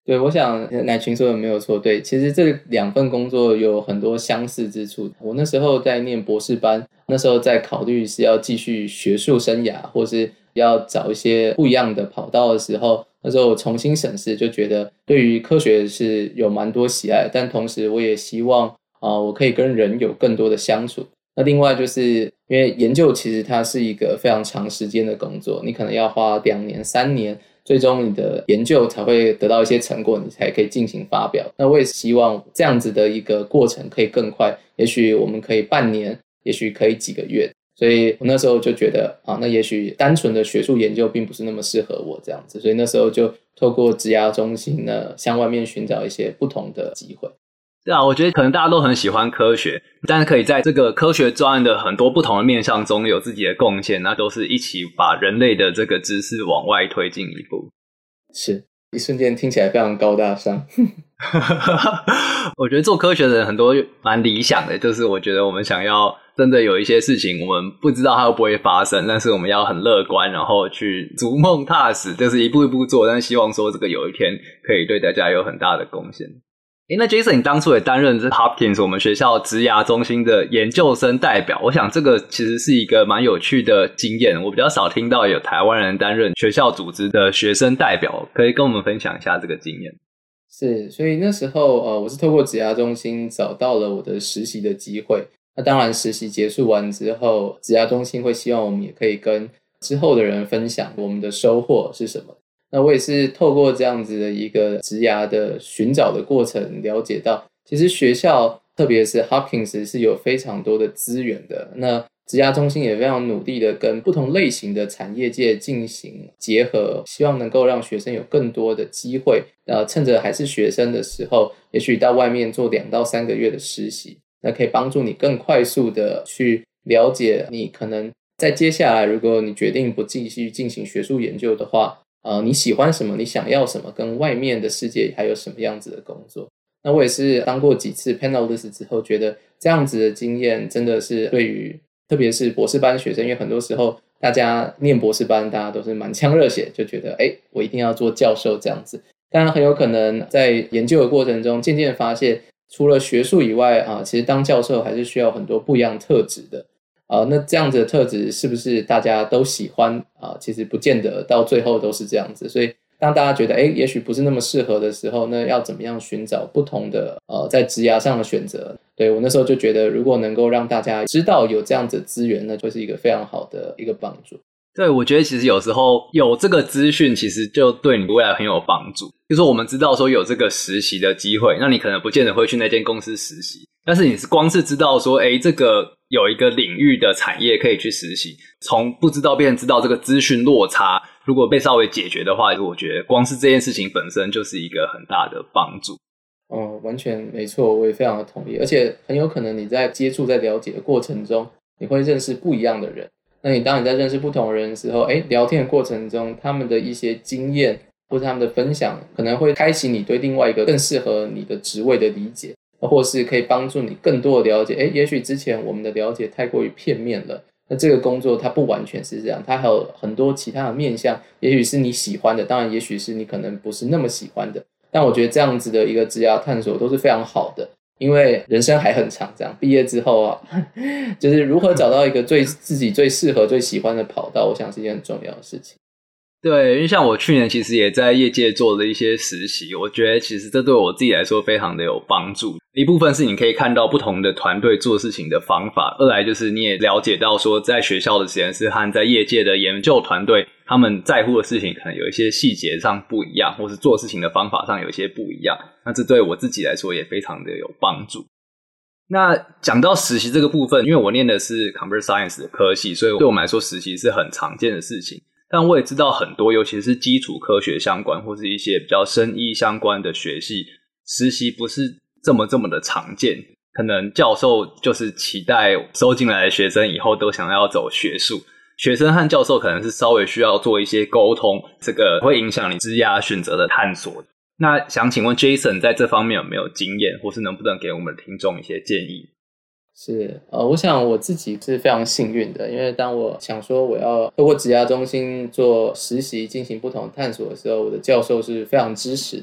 对，我想乃群说的没有错。对，其实这两份工作有很多相似之处。我那时候在念博士班，那时候在考虑是要继续学术生涯，或是要找一些不一样的跑道的时候，那时候我重新审视，就觉得对于科学是有蛮多喜爱，但同时我也希望啊、呃，我可以跟人有更多的相处。那另外就是因为研究其实它是一个非常长时间的工作，你可能要花两年、三年。最终你的研究才会得到一些成果，你才可以进行发表。那我也希望这样子的一个过程可以更快，也许我们可以半年，也许可以几个月。所以我那时候就觉得啊，那也许单纯的学术研究并不是那么适合我这样子，所以那时候就透过职涯中心呢，向外面寻找一些不同的机会。 对啊，我觉得可能大家都很喜欢科学，但是可以在这个科学专案的很多不同的面向中有自己的贡献，那都是一起把人类的这个知识往外推进一步。 是，一瞬间听起来非常高大上。 我觉得做科学的人很多蛮理想的，就是我觉得我们想要真的有一些事情我们不知道它会不会发生，但是我们要很乐观，然后去逐梦踏实，就是一步一步做，但希望说这个有一天可以对大家有很大的贡献。诶，那 Jason 你当初也担任是 Hopkins 我们学校职涯中心的研究生代表，我想这个其实是一个蛮有趣的经验，我比较少听到有台湾人担任学校组织的学生代表，可以跟我们分享一下这个经验。 是，所以那时候呃，我是透过职涯中心找到了我的实习的机会。那当然实习结束完之后，职涯中心会希望我们也可以跟之后的人分享我们的收获是什么。那我也是透过这样子的一个职涯的寻找的过程，了解到其实学校特别是 Hopkins 是有非常多的资源的，那职涯中心也非常努力的跟不同类型的产业界进行结合，希望能够让学生有更多的机会，呃，趁着还是学生的时候，也许到外面做两到三个月的实习，那可以帮助你更快速的去了解你可能在接下来，如果你决定不继续进行学术研究的话，呃，你喜欢什么，你想要什么，跟外面的世界还有什么样子的工作。那我也是当过几次 panelist 之后，觉得这样子的经验真的是对于特别是博士班学生，因为很多时候大家念博士班大家都是满腔热血，就觉得诶我一定要做教授这样子。当然很有可能在研究的过程中渐渐发现，除了学术以外啊，其实当教授还是需要很多不一样特质的。呃，那这样子的特质是不是大家都喜欢啊、呃？其实不见得到最后都是这样子。所以当大家觉得诶也许不是那么适合的时候，那要怎么样寻找不同的呃在职涯上的选择？对，我那时候就觉得，如果能够让大家知道有这样子的资源，那就是一个非常好的一个帮助。 对，我觉得其实有时候有这个资讯，其实就对你未来很有帮助。就是说我们知道说有这个实习的机会，那你可能不见得会去那间公司实习，但是你是光是知道说诶这个有一个领域的产业可以去实习，从不知道变成知道这个资讯落差如果被稍微解决的话，我觉得光是这件事情本身就是一个很大的帮助。 哦，完全没错，我也非常的同意。而且很有可能你在接触在了解的过程中，你会认识不一样的人。那你当你在认识不同的人的时候，诶聊天的过程中他们的一些经验或者他们的分享，可能会开启你对另外一个更适合你的职位的理解，或是可以帮助你更多的了解，诶也许之前我们的了解太过于片面了，那这个工作它不完全是这样，它还有很多其他的面向，也许是你喜欢的，当然也许是你可能不是那么喜欢的，但我觉得这样子的一个职涯探索都是非常好的。因为人生还很长，这样毕业之后啊，就是如何找到一个最自己最适合最喜欢的跑道，我想是一件很重要的事情。 对，因为像我去年其实也在业界做了一些实习，我觉得其实这对我自己来说非常的有帮助。一部分是你可以看到不同的团队做事情的方法，二来就是你也了解到说在学校的实验室和在业界的研究团队他们在乎的事情可能有一些细节上不一样，或是做事情的方法上有一些不一样，那这对我自己来说也非常的有帮助。那讲到实习这个部分，因为我念的是 Computer Science 的科系，所以对我们来说实习是很常见的事情，但我也知道很多尤其是基础科学相关或是一些比较生医相关的学系，实习不是这么这么的常见，可能教授就是期待收进来的学生以后都想要走学术，学生和教授可能是稍微需要做一些沟通，这个会影响你职涯选择的探索。那想请问 Jason 在这方面有没有经验，或是能不能给我们的听众一些建议？ 是呃，我想我自己是非常幸运的，因为当我想说我要透过职涯中心做实习进行不同的探索的时候，我的教授是非常支持的。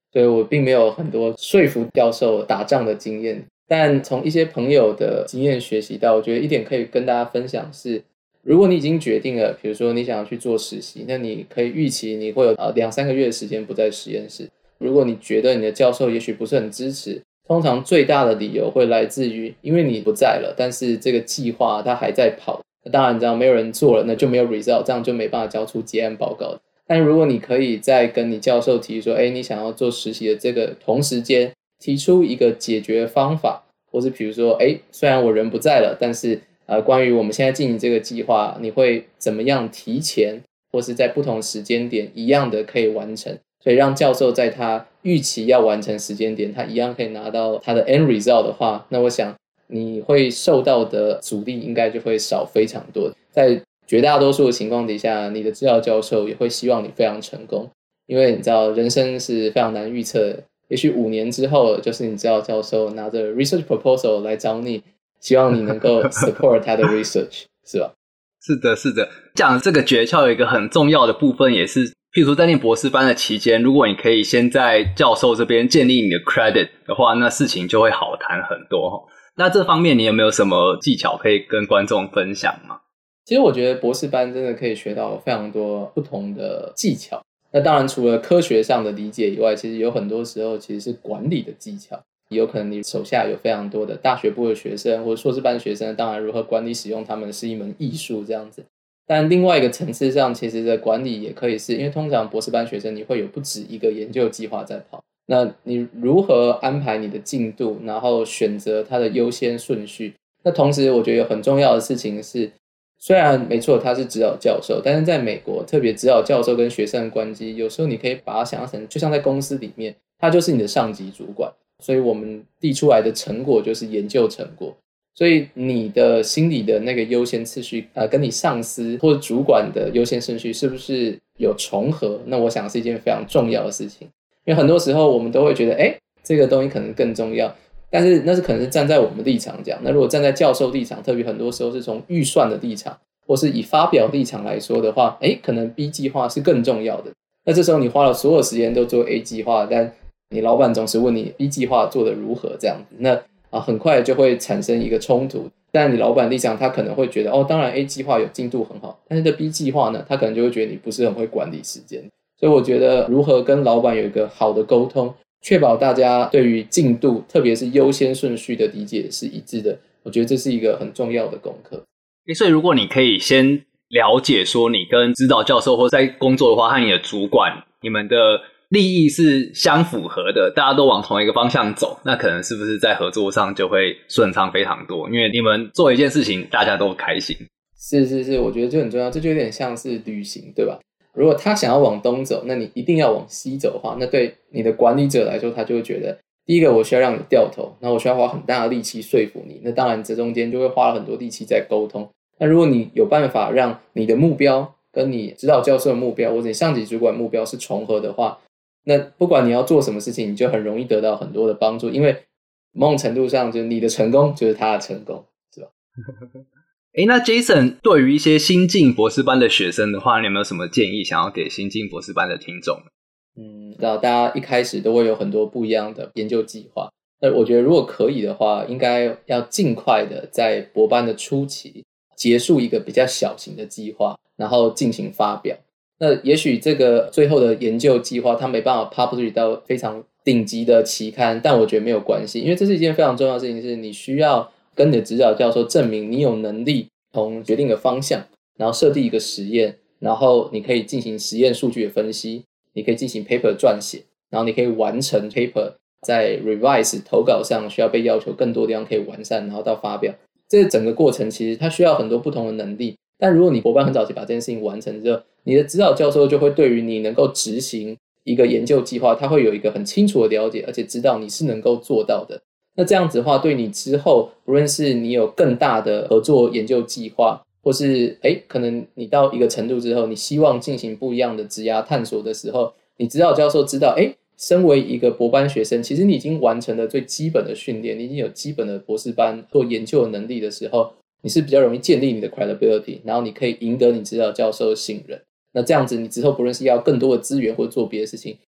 所以我并没有很多说服教授打仗的经验。但从一些朋友的经验学习到，我觉得一点可以跟大家分享是，如果你已经决定了，比如说你想要去做实习，那你可以预期你会有呃两三个月的时间不在实验室。如果你觉得你的教授也许不是很支持，通常最大的理由会来自于因为你不在了，但是这个计划它还在跑。那当然这样没有人做了，那就没有 result， 这样就没办法交出结案报告。但如果你可以在跟你教授提说，哎，你想要做实习的这个同时间提出一个解决方法，或是比如说，哎，虽然我人不在了，但是呃，关于我们现在进行这个计划，你会怎么样提前，或是在不同时间点一样的可以完成，所以让教授在他预期要完成时间点，他一样可以拿到他的 end result 的话，那我想你会受到的阻力应该就会少非常多。在绝大多数的情况底下，你的指导教授也会希望你非常成功，因为你知道人生是非常难预测的，也许五年之后就是你指导教授拿着 research proposal 来找你，希望你能够 support 他的 research 是吧？ 是的是的，讲这个诀窍有一个很重要的部分，也是譬如说在念博士班的期间，如果你可以先在教授这边建立你的 credit 的话，那事情就会好谈很多。那这方面你有没有什么技巧可以跟观众分享吗？ 其实我觉得博士班真的可以学到非常多不同的技巧。那当然除了科学上的理解以外，其实有很多时候其实是管理的技巧。有可能你手下有非常多的大学部的学生或者硕士班的学生，当然如何管理使用他们是一门艺术这样子。但另外一个层次上，其实的管理也可以是因为通常博士班学生你会有不止一个研究计划在跑，那你如何安排你的进度，然后选择它的优先顺序。那同时我觉得有很重要的事情是，虽然没错他是指导教授，但是在美国特别指导教授跟学生的关系，有时候你可以把它想象成就像在公司里面，他就是你的上级主管，所以我们递出来的成果就是研究成果，所以你的心里的那个优先次序呃，跟你上司或者主管的优先顺序是不是有重合，那我想是一件非常重要的事情。因为很多时候我们都会觉得哎，这个东西可能更重要，但是那是可能是站在我们立场讲，那如果站在教授立场，特别很多时候是从预算的立场或是以发表立场来说的话，诶，可能 B 计划是更重要的。那这时候你花了所有时间都做 A 计划，但你老板总是问你 B 计划做得如何这样子，那啊很快就会产生一个冲突。但你老板立场他可能会觉得哦，当然 A 计划有进度很好，但是这 B 计划呢，他可能就会觉得你不是很会管理时间。所以我觉得如何跟老板有一个好的沟通，确保大家对于进度特别是优先顺序的理解是一致的，我觉得这是一个很重要的功课。 所以如果你可以先了解说你跟指导教授或在工作的话和你的主管你们的利益是相符合的，大家都往同一个方向走，那可能是不是在合作上就会顺畅非常多，因为你们做一件事情大家都开心。 是是是，我觉得这很重要，这就有点像是旅行对吧？如果他想要往东走，那你一定要往西走的话，那对你的管理者来说，他就会觉得第一个我需要让你掉头，那我需要花很大的力气说服你，那当然这中间就会花了很多力气在沟通。那如果你有办法让你的目标跟你指导教授的目标或者你上级主管目标是重合的话，那不管你要做什么事情，你就很容易得到很多的帮助，因为某种程度上就是你的成功就是他的成功，是吧？ 诶，那 Jason 对于一些新进博士班的学生的话，你有没有什么建议想要给新进博士班的听众？ 嗯，大家一开始都会有很多不一样的研究计划，那我觉得如果可以的话，应该要尽快的在博班的初期结束一个比较小型的计划，然后进行发表。那也许这个最后的研究计划它没办法 publish 到非常顶级的期刊，但我觉得没有关系，因为这是一件非常重要的事情，是你需要跟你的指导教授证明你有能力从决定的方向，然后设定一个实验，然后你可以进行实验数据的分析，你可以进行 paper 撰写，然后你可以完成 paper， 在 revise 投稿上需要被要求更多地方可以完善，然后到发表。这整个过程其实它需要很多不同的能力，但如果你博班很早期把这件事情完成之后，你的指导教授就会对于你能够执行一个研究计划，他会有一个很清楚的了解，而且知道你是能够做到的。那这样子的话，对你之后无论是你有更大的合作研究计划，或是诶可能你到一个程度之后，你希望进行不一样的职涯探索的时候，你指导教授知道诶身为一个博班学生，其实你已经完成了最基本的训练，你已经有基本的博士班做研究的能力的时候，你是比较容易建立你的 credibility， 然后你可以赢得你指导教授的信任。那这样子你之后不论是要更多的资源或者做别的事情，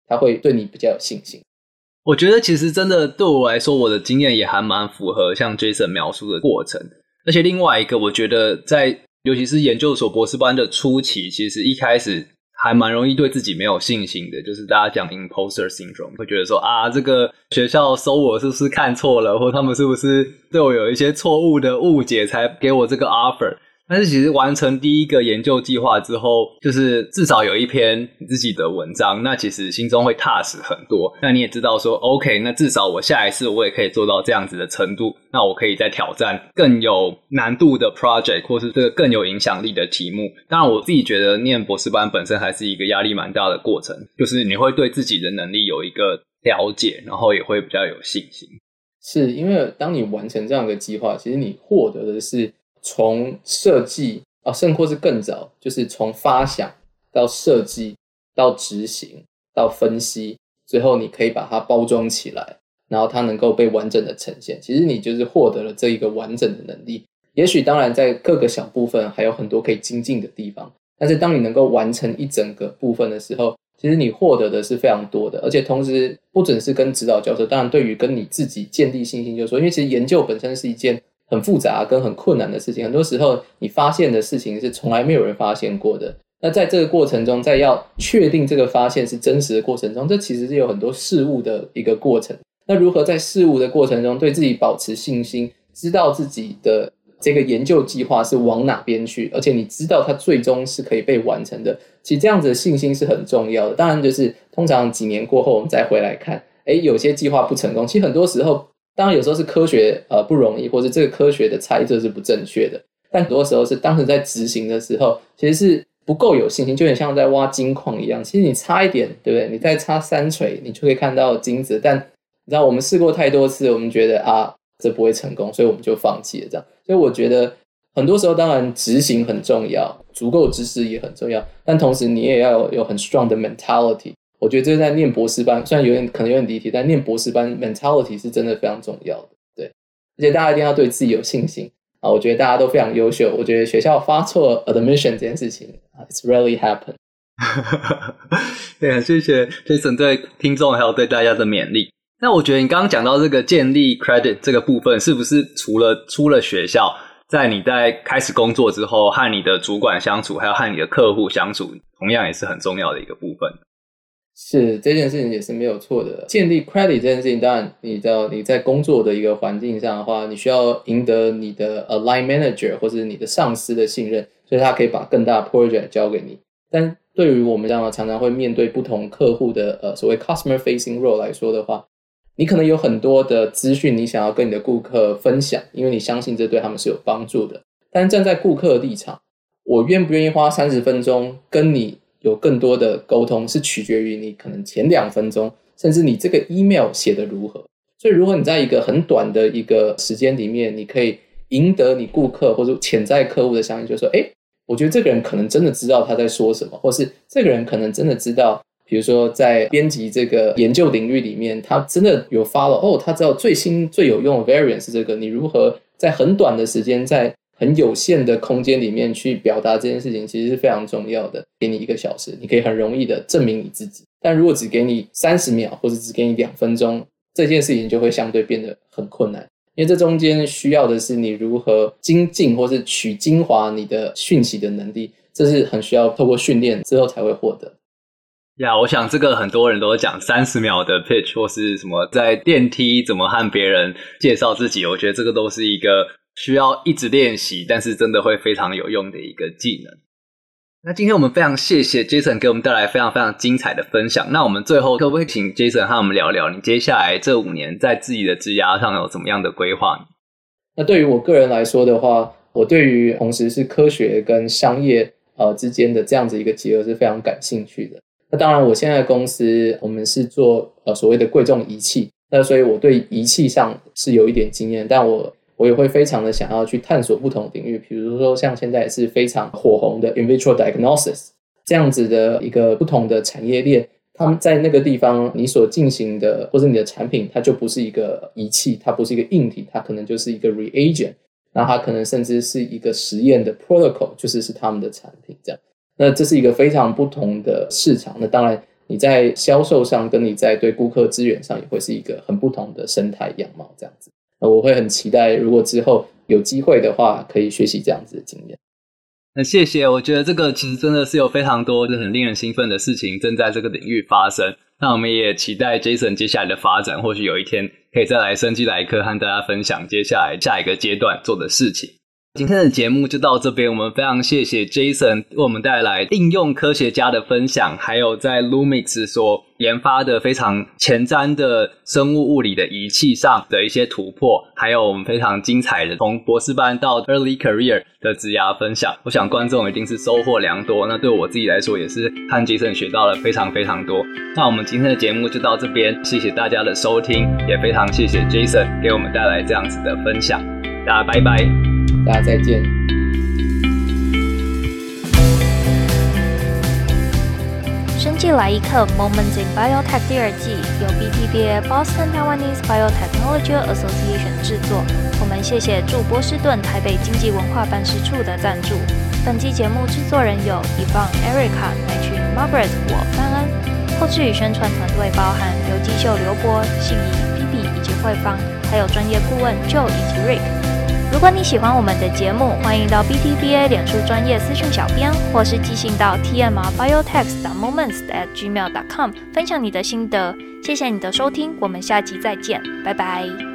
他会对你比较有信心。 我觉得其实真的对我来说，我的经验也还蛮符合像 Jason 描述的过程。而且另外一个，我觉得在尤其是研究所博士班的初期，其实一开始还蛮容易对自己没有信心的，就是大家讲 imposter syndrome， 会觉得说啊，这个学校收我是不是看错了，或他们是不是对我有一些错误的误解才给我这个 offer。但是其实完成第一个研究计划之后，就是至少有一篇你自己的文章，那其实心中会踏实很多。那你也知道说 OK， 那至少我下一次我也可以做到这样子的程度，那我可以再挑战更有难度的 project 或是这个更有影响力的题目。当然我自己觉得念博士班本身还是一个压力蛮大的过程，就是你会对自己的能力有一个了解，然后也会比较有信心。 是因为当你完成这样一个计划，其实你获得的是从设计啊，甚或是更早，就是从发想到设计到执行到分析，最后你可以把它包装起来，然后它能够被完整的呈现。其实你就是获得了这一个完整的能力。也许当然在各个小部分还有很多可以精进的地方，但是当你能够完成一整个部分的时候，其实你获得的是非常多的。而且同时不只是跟指导教授，当然对于跟你自己建立信心，就是说因为其实研究本身是一件很复杂跟很困难的事情，很多时候你发现的事情是从来没有人发现过的。那在这个过程中，在要确定这个发现是真实的过程中，这其实是有很多事物的一个过程。那如何在事物的过程中对自己保持信心，知道自己的这个研究计划是往哪边去，而且你知道它最终是可以被完成的，其实这样子的信心是很重要的。当然就是通常几年过后我们再回来看，诶，有些计划不成功，其实很多时候当然有时候是科学呃不容易，或者这个科学的猜测是不正确的，但很多时候是当时在执行的时候其实是不够有信心，就很像在挖金矿一样，其实你差一点，对不对？你再插三锤你就可以看到金子，但你知道我们试过太多次，我们觉得啊这不会成功，所以我们就放弃了这样。所以我觉得很多时候当然执行很重要，足够知识也很重要，但同时你也要 有, 有很 strong 的 mentality。我觉得这在念博士班虽然有点可能有点离题，但念博士班 mentality 是真的非常重要的。对，而且大家一定要对自己有信心啊！我觉得大家都非常优秀，我觉得学校发错 admission 这件事情 it's really happen 对啊，谢谢 Jason 对听众还有对大家的勉励。那我觉得你刚刚讲到这个建立 credit 这个部分，是不是除了出了学校，在你在开始工作之后和你的主管相处，还有和你的客户相处，同样也是很重要的一个部分？ 是，这件事情也是没有错的。建立 credit 这件事情，当然你知道你在工作的一个环境上的话，你需要赢得你的 line manager 或是你的上司的信任，所以他可以把更大的 project 交给你。但对于我们这样常常会面对不同客户的呃所谓 customer facing role 来说的话，你可能有很多的资讯你想要跟你的顾客分享，因为你相信这对他们是有帮助的。但站在顾客的立场，我愿不愿意花三十分钟跟你有更多的沟通，是取决于你可能前两分钟，甚至你这个 email 写得如何。所以如果你在一个很短的一个时间里面，你可以赢得你顾客或者潜在客户的相信，就是说诶，我觉得这个人可能真的知道他在说什么，或是这个人可能真的知道，比如说在编辑这个研究领域里面，他真的有 follow 哦，他知道最新最有用的 variant 是这个，你如何在很短的时间在很有限的空间里面去表达这件事情，其实是非常重要的。给你一个小时，你可以很容易的证明你自己，但如果只给你三十秒或者只给你两分钟，这件事情就会相对变得很困难，因为这中间需要的是你如何精进或是取精华你的讯息的能力，这是很需要透过训练之后才会获得。 呀、yeah, 我想这个很多人都讲三十秒的 pitch 或是什么在电梯怎么和别人介绍自己，我觉得这个都是一个需要一直练习，但是真的会非常有用的一个技能。那今天我们非常谢谢 Jason 给我们带来非常非常精彩的分享。那我们最后可不可以请 Jason 和我们聊聊你接下来这五年在自己的职涯上有怎么样的规划？ 那对于我个人来说的话，我对于同时是科学跟商业呃之间的这样子一个结合是非常感兴趣的。那当然我现在的公司我们是做呃所谓的贵重仪器，那所以我对仪器上是有一点经验，但我我也会非常的想要去探索不同领域，比如说像现在也是非常火红的 in vitro diagnosis 这样子的一个不同的产业链，他们在那个地方你所进行的或者你的产品它就不是一个仪器，它不是一个硬体，它可能就是一个 reagent， 那它可能甚至是一个实验的 protocol， 就是是他们的产品这样。那这是一个非常不同的市场，那当然你在销售上跟你在对顾客支援上也会是一个很不同的生态样貌这样子。我会很期待如果之后有机会的话可以学习这样子的经验。 那谢谢，我觉得这个其实真的是有非常多很令人兴奋的事情正在这个领域发生。那我们也期待 Jason 接下来的发展，或许有一天可以再来生机来客和大家分享接下来下一个阶段做的事情。今天的节目就到这边，我们非常谢谢 Jason 为我们带来应用科学家的分享，还有在 Lumix 所研发的非常前瞻的生物物理的仪器上的一些突破，还有我们非常精彩的从博士班到 Early Career 的职涯分享。我想观众一定是收获良多，那对我自己来说也是和 Jason 学到了非常非常多。那我们今天的节目就到这边，谢谢大家的收听，也非常谢谢 Jason 给我们带来这样子的分享。大家拜拜， 大家再见。 生技来一课 Moments in Biotech 第二季由 B T B A Boston Taiwanese Biotechnology Association 制作。我们谢谢驻波士顿台北经济文化办事处的赞助。本期节目制作人有Yvonne、Erica、乃群、Margaret、我范恩。后制与宣传团队包含刘基秀、刘波、信怡、P P 以及慧芳，还有专业顾问 Joe 以及 Rick。如果你喜欢我们的节目，欢迎到 B T B A 脸书专页私讯小编，或是寄信到 t m r biotech dot moments at gmail dot com 分享你的心得。谢谢你的收听，我们下集再见，拜拜。